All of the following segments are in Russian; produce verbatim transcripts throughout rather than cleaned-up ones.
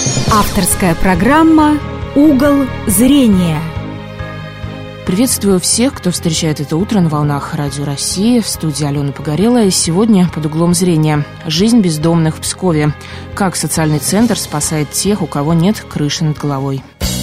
Авторская программа «Угол зрения». Приветствую всех, кто встречает это утро на волнах Радио России. В студии Алена Погорелая. Сегодня под углом зрения. Жизнь бездомных в Пскове. Как социальный центр спасает тех, у кого нет крыши над головой.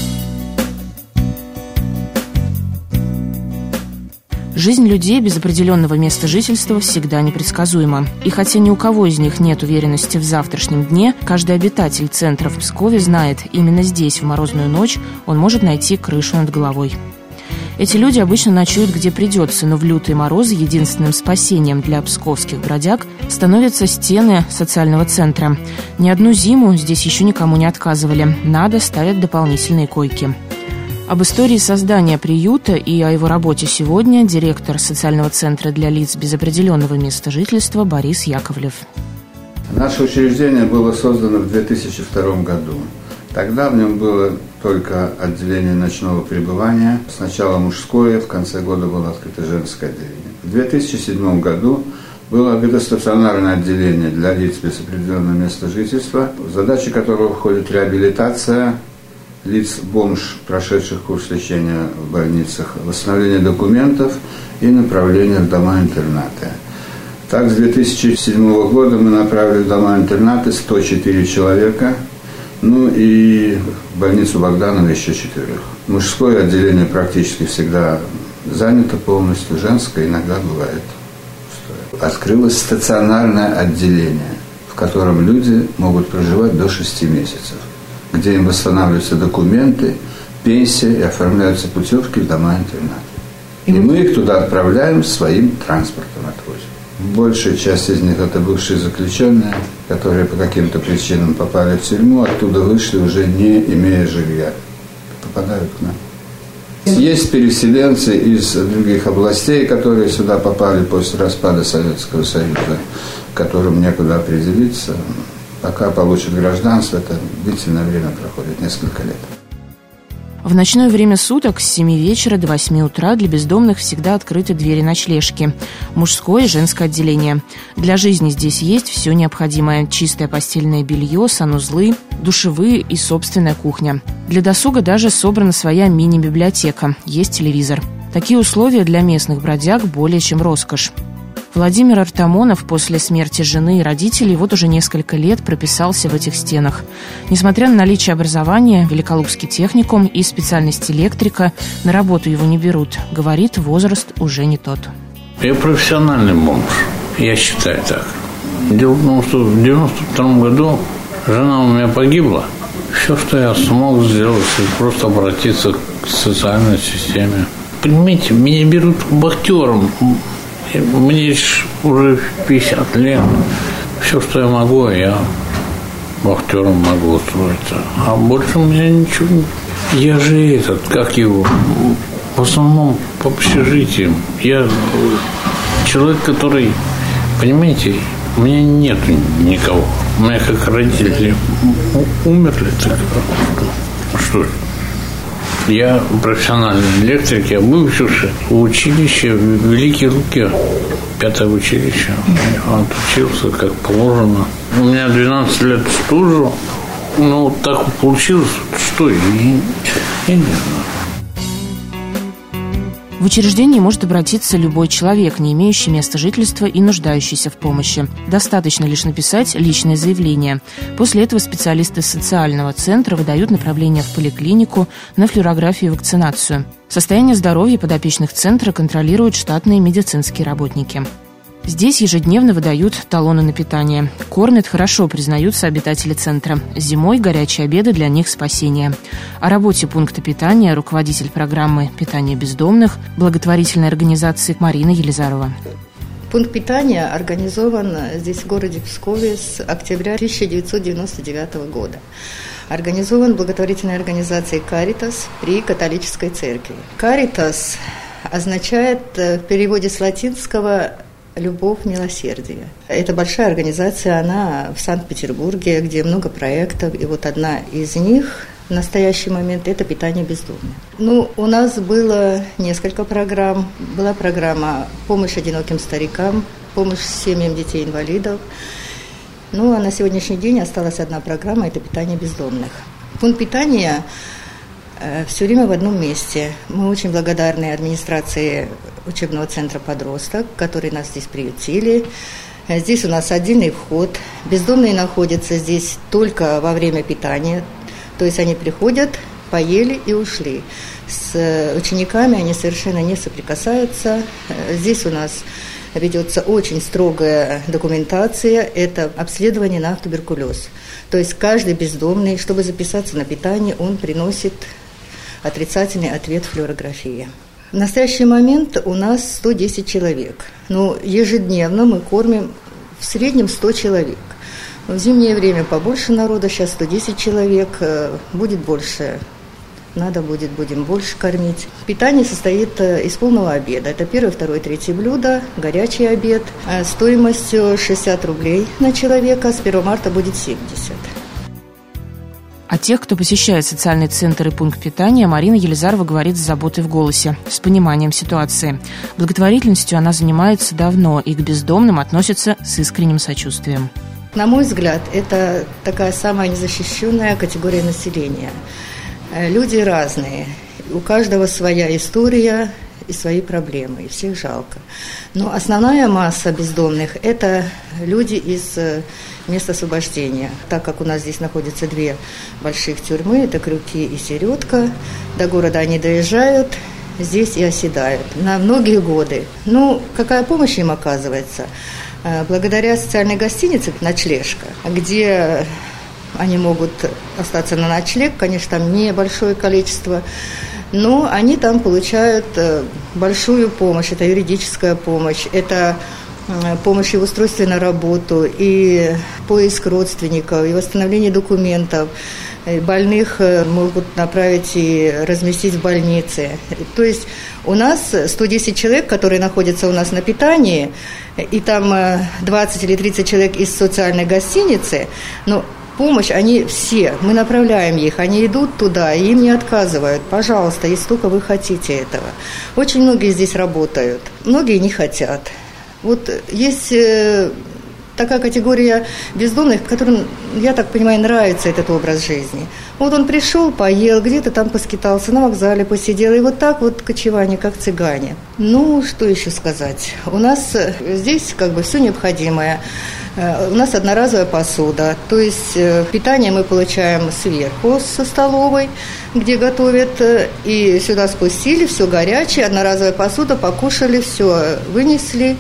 Жизнь людей без определенного места жительства всегда непредсказуема. И хотя ни у кого из них нет уверенности в завтрашнем дне, каждый обитатель центра в Пскове знает, именно здесь, в морозную ночь, он может найти крышу над головой. Эти люди обычно ночуют где придется, но в лютые морозы единственным спасением для псковских бродяг становятся стены социального центра. Ни одну зиму здесь еще никому не отказывали. Надо ставят дополнительные койки. Об истории создания приюта и о его работе сегодня директор социального центра для лиц без определенного места жительства Борис Яковлев. Наше учреждение было создано в две тысячи втором году. Тогда в нем было только отделение ночного пребывания. Сначала мужское, в конце года было открыто женское отделение. В две тысячи седьмом году было открыто стационарное отделение для лиц без определенного места жительства, в задачи которого входит реабилитация лиц бомж, прошедших курс лечения в больницах, восстановление документов и направление в дома-интернаты. Так, с две тысячи седьмого года мы направили в дома-интернаты сто четыре человека, ну и в больницу Богданова еще четырех. Мужское отделение практически всегда занято полностью, женское иногда бывает пустое. Открылось стационарное отделение, в котором люди могут проживать до шести месяцев, где им восстанавливаются документы, пенсия и оформляются путевки в дома-интернаты. И мы их туда отправляем, своим транспортом отвозим. Большая часть из них – это бывшие заключенные, которые по каким-то причинам попали в тюрьму, оттуда вышли, уже не имея жилья. Попадают к нам. Есть переселенцы из других областей, которые сюда попали после распада Советского Союза, которым некуда определиться. Пока получат гражданство, это длительное время проходит, несколько лет. В ночное время суток с семи вечера до восьми утра для бездомных всегда открыты двери ночлежки. Мужское и женское отделение. Для жизни здесь есть все необходимое. Чистое постельное белье, санузлы, душевые и собственная кухня. Для досуга даже собрана своя мини-библиотека. Есть телевизор. Такие условия для местных бродяг более чем роскошь. Владимир Артамонов после смерти жены и родителей вот уже несколько лет прописался в этих стенах. Несмотря на наличие образования, Великолукский техникум и специальность электрика, на работу его не берут. Говорит, возраст уже не тот. Я профессиональный бомж, я считаю так. Дело в том, что в девяносто втором году жена у меня погибла. Все, что я смог сделать, это просто обратиться к социальной системе. Понимаете, меня берут вахтером. Мне уже пятьдесят лет. Все, что я могу, я вахтером могу устроиться. А больше у меня ничего нет. Я же этот, как его, в основном по общежитиям. Я человек, который, понимаете, у меня нет никого. У меня как родители умерли, так что ж. Я профессиональный электрик, я выучился в училище в Великие Луки, пятое училище. Отучился как положено. У меня двенадцать лет стажа. Ну, так получилось, что я, я не знаю. В учреждении может обратиться любой человек, не имеющий места жительства и нуждающийся в помощи. Достаточно лишь написать личное заявление. После этого специалисты социального центра выдают направление в поликлинику на флюорографию и вакцинацию. Состояние здоровья подопечных центра контролируют штатные медицинские работники. Здесь ежедневно выдают талоны на питание. Кормят хорошо, признаются обитатели центра. Зимой горячие обеды для них спасение. О работе пункта питания руководитель программы «Питание бездомных» благотворительной организации Марина Елизарова. Пункт питания организован здесь, в городе Пскове, с октября тысяча девятьсот девяносто девятого года. Организован благотворительной организацией «Каритас» при католической церкви. «Каритас» означает в переводе с латинского «любовь, милосердие». Это большая организация, она в Санкт-Петербурге, где много проектов, и вот одна из них в настоящий момент – это питание бездомных. Ну, у нас было несколько программ. Была программа «Помощь одиноким старикам», «Помощь семьям детей-инвалидов». Ну, а на сегодняшний день осталась одна программа – это питание бездомных. Пункт питания э, все время в одном месте. Мы очень благодарны администрации учебного центра «Подросток», которые нас здесь приютили. Здесь у нас отдельный вход. Бездомные находятся здесь только во время питания. То есть они приходят, поели и ушли. С учениками они совершенно не соприкасаются. Здесь у нас ведется очень строгая документация. Это обследование на туберкулез. То есть каждый бездомный, чтобы записаться на питание, он приносит отрицательный ответ флюорографии. В настоящий момент у нас сто десять человек. Но ежедневно мы кормим в среднем сто человек. В зимнее время побольше народа, сейчас сто десять человек, будет больше. Надо будет, будем больше кормить. Питание состоит из полного обеда. Это первое, второе, третье блюдо, горячий обед. Стоимостью шестьдесят рублей на человека, с первого марта будет семьдесят. О тех, кто посещает социальный центр и пункт питания, Марина Елизарова говорит с заботой в голосе, с пониманием ситуации. Благотворительностью она занимается давно и к бездомным относится с искренним сочувствием. На мой взгляд, это такая самая незащищенная категория населения. Люди разные, у каждого своя история и свои проблемы, и всех жалко. Но основная масса бездомных – это люди из мест освобождения. Так как у нас здесь находятся две больших тюрьмы, это Крюки и Середка, до города они доезжают, здесь и оседают на многие годы. Ну, какая помощь им оказывается? Благодаря социальной гостинице «Ночлежка», где они могут остаться на ночлег, конечно, там небольшое количество, но они там получают большую помощь. Это юридическая помощь, это помощь и в устройстве на работу, и поиск родственников, и восстановление документов. Больных могут направить и разместить в больнице. То есть у нас сто десять человек, которые находятся у нас на питании, и там двадцать или тридцать человек из социальной гостиницы, но помощь, они все, мы направляем их, они идут туда, и им не отказывают. Пожалуйста, если только вы хотите этого. Очень многие здесь работают, многие не хотят. Вот есть такая категория бездомных, которым, я так понимаю, нравится этот образ жизни. Вот он пришел, поел, где-то там поскитался, на вокзале посидел, и вот так вот кочевание, как цыгане. Ну, что еще сказать? У нас здесь как бы все необходимое. У нас одноразовая посуда, то есть питание мы получаем сверху со столовой, где готовят, и сюда спустили, все горячее, одноразовая посуда, покушали, все вынесли,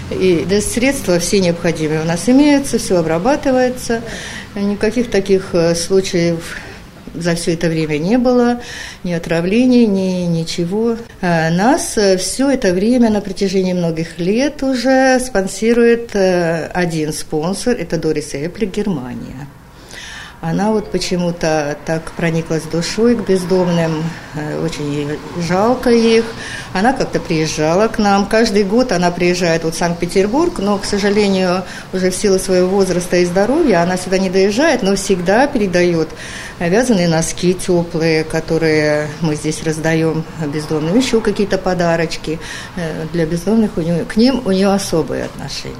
и средства все необходимые у нас имеются, все обрабатывается, никаких таких случаев за все это время не было, ни отравлений, ни ничего. А нас все это время на протяжении многих лет уже спонсирует один спонсор, это Дорис Эпли, Германия. Она вот почему-то так прониклась душой к бездомным, очень жалко их. Она как-то приезжала к нам. Каждый год она приезжает вот в Санкт-Петербург, но, к сожалению, уже в силу своего возраста и здоровья она сюда не доезжает, но всегда передает вязаные носки теплые, которые мы здесь раздаем бездомным, еще какие-то подарочки для бездомных. У нее, к ним у нее особые отношения.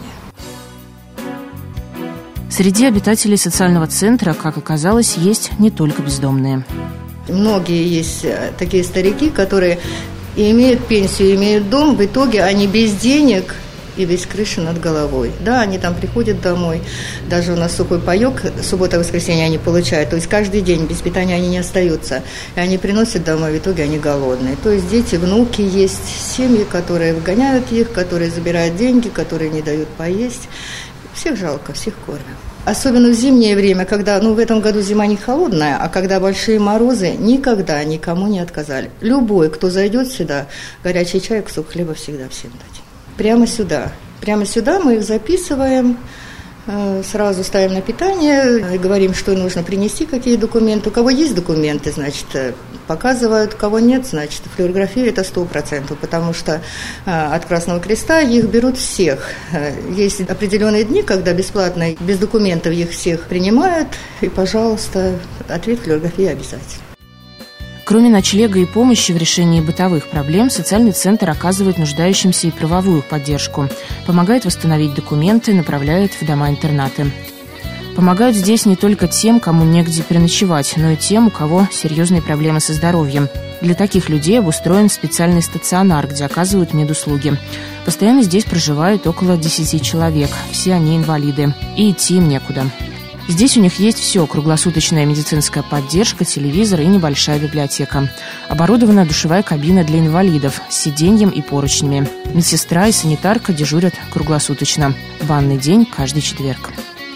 Среди обитателей социального центра, как оказалось, есть не только бездомные. Многие есть такие старики, которые имеют пенсию, имеют дом, в итоге они без денег и без крыши над головой. Да, они там приходят домой, даже у нас сухой паёк, суббота-воскресенье они получают, то есть каждый день без питания они не остаются, и они приносят домой, в итоге они голодные. То есть дети, внуки есть, семьи, которые выгоняют их, которые забирают деньги, которые не дают поесть. Всех жалко, всех кормят. Особенно в зимнее время, когда, ну, в этом году зима не холодная, а когда большие морозы, никогда никому не отказали. Любой, кто зайдет сюда, горячий чай, кусок хлеба всегда всем дать. Прямо сюда. Прямо сюда мы их записываем, сразу ставим на питание, говорим, что нужно принести, какие документы. У кого есть документы, значит, показывают, у кого нет, значит, флюорография – это сто процентов, потому что от Красного Креста их берут всех. Есть определенные дни, когда бесплатно, без документов их всех принимают, и, пожалуйста, ответ флюорографии обязательно. Кроме ночлега и помощи в решении бытовых проблем, социальный центр оказывает нуждающимся и правовую поддержку, помогает восстановить документы, направляет в дома-интернаты. Помогают здесь не только тем, кому негде переночевать, но и тем, у кого серьезные проблемы со здоровьем. Для таких людей обустроен специальный стационар, где оказывают медуслуги. Постоянно здесь проживают около десяти человек. Все они инвалиды. И идти им некуда. Здесь у них есть все: круглосуточная медицинская поддержка, телевизор и небольшая библиотека. Оборудована душевая кабина для инвалидов с сиденьем и поручнями. Медсестра и санитарка дежурят круглосуточно. Банный день каждый четверг.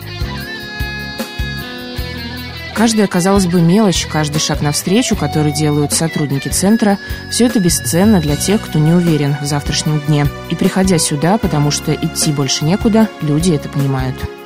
Каждая, казалось бы, мелочь, каждый шаг навстречу, который делают сотрудники центра, все это бесценно для тех, кто не уверен в завтрашнем дне. И приходя сюда, потому что идти больше некуда, люди это понимают.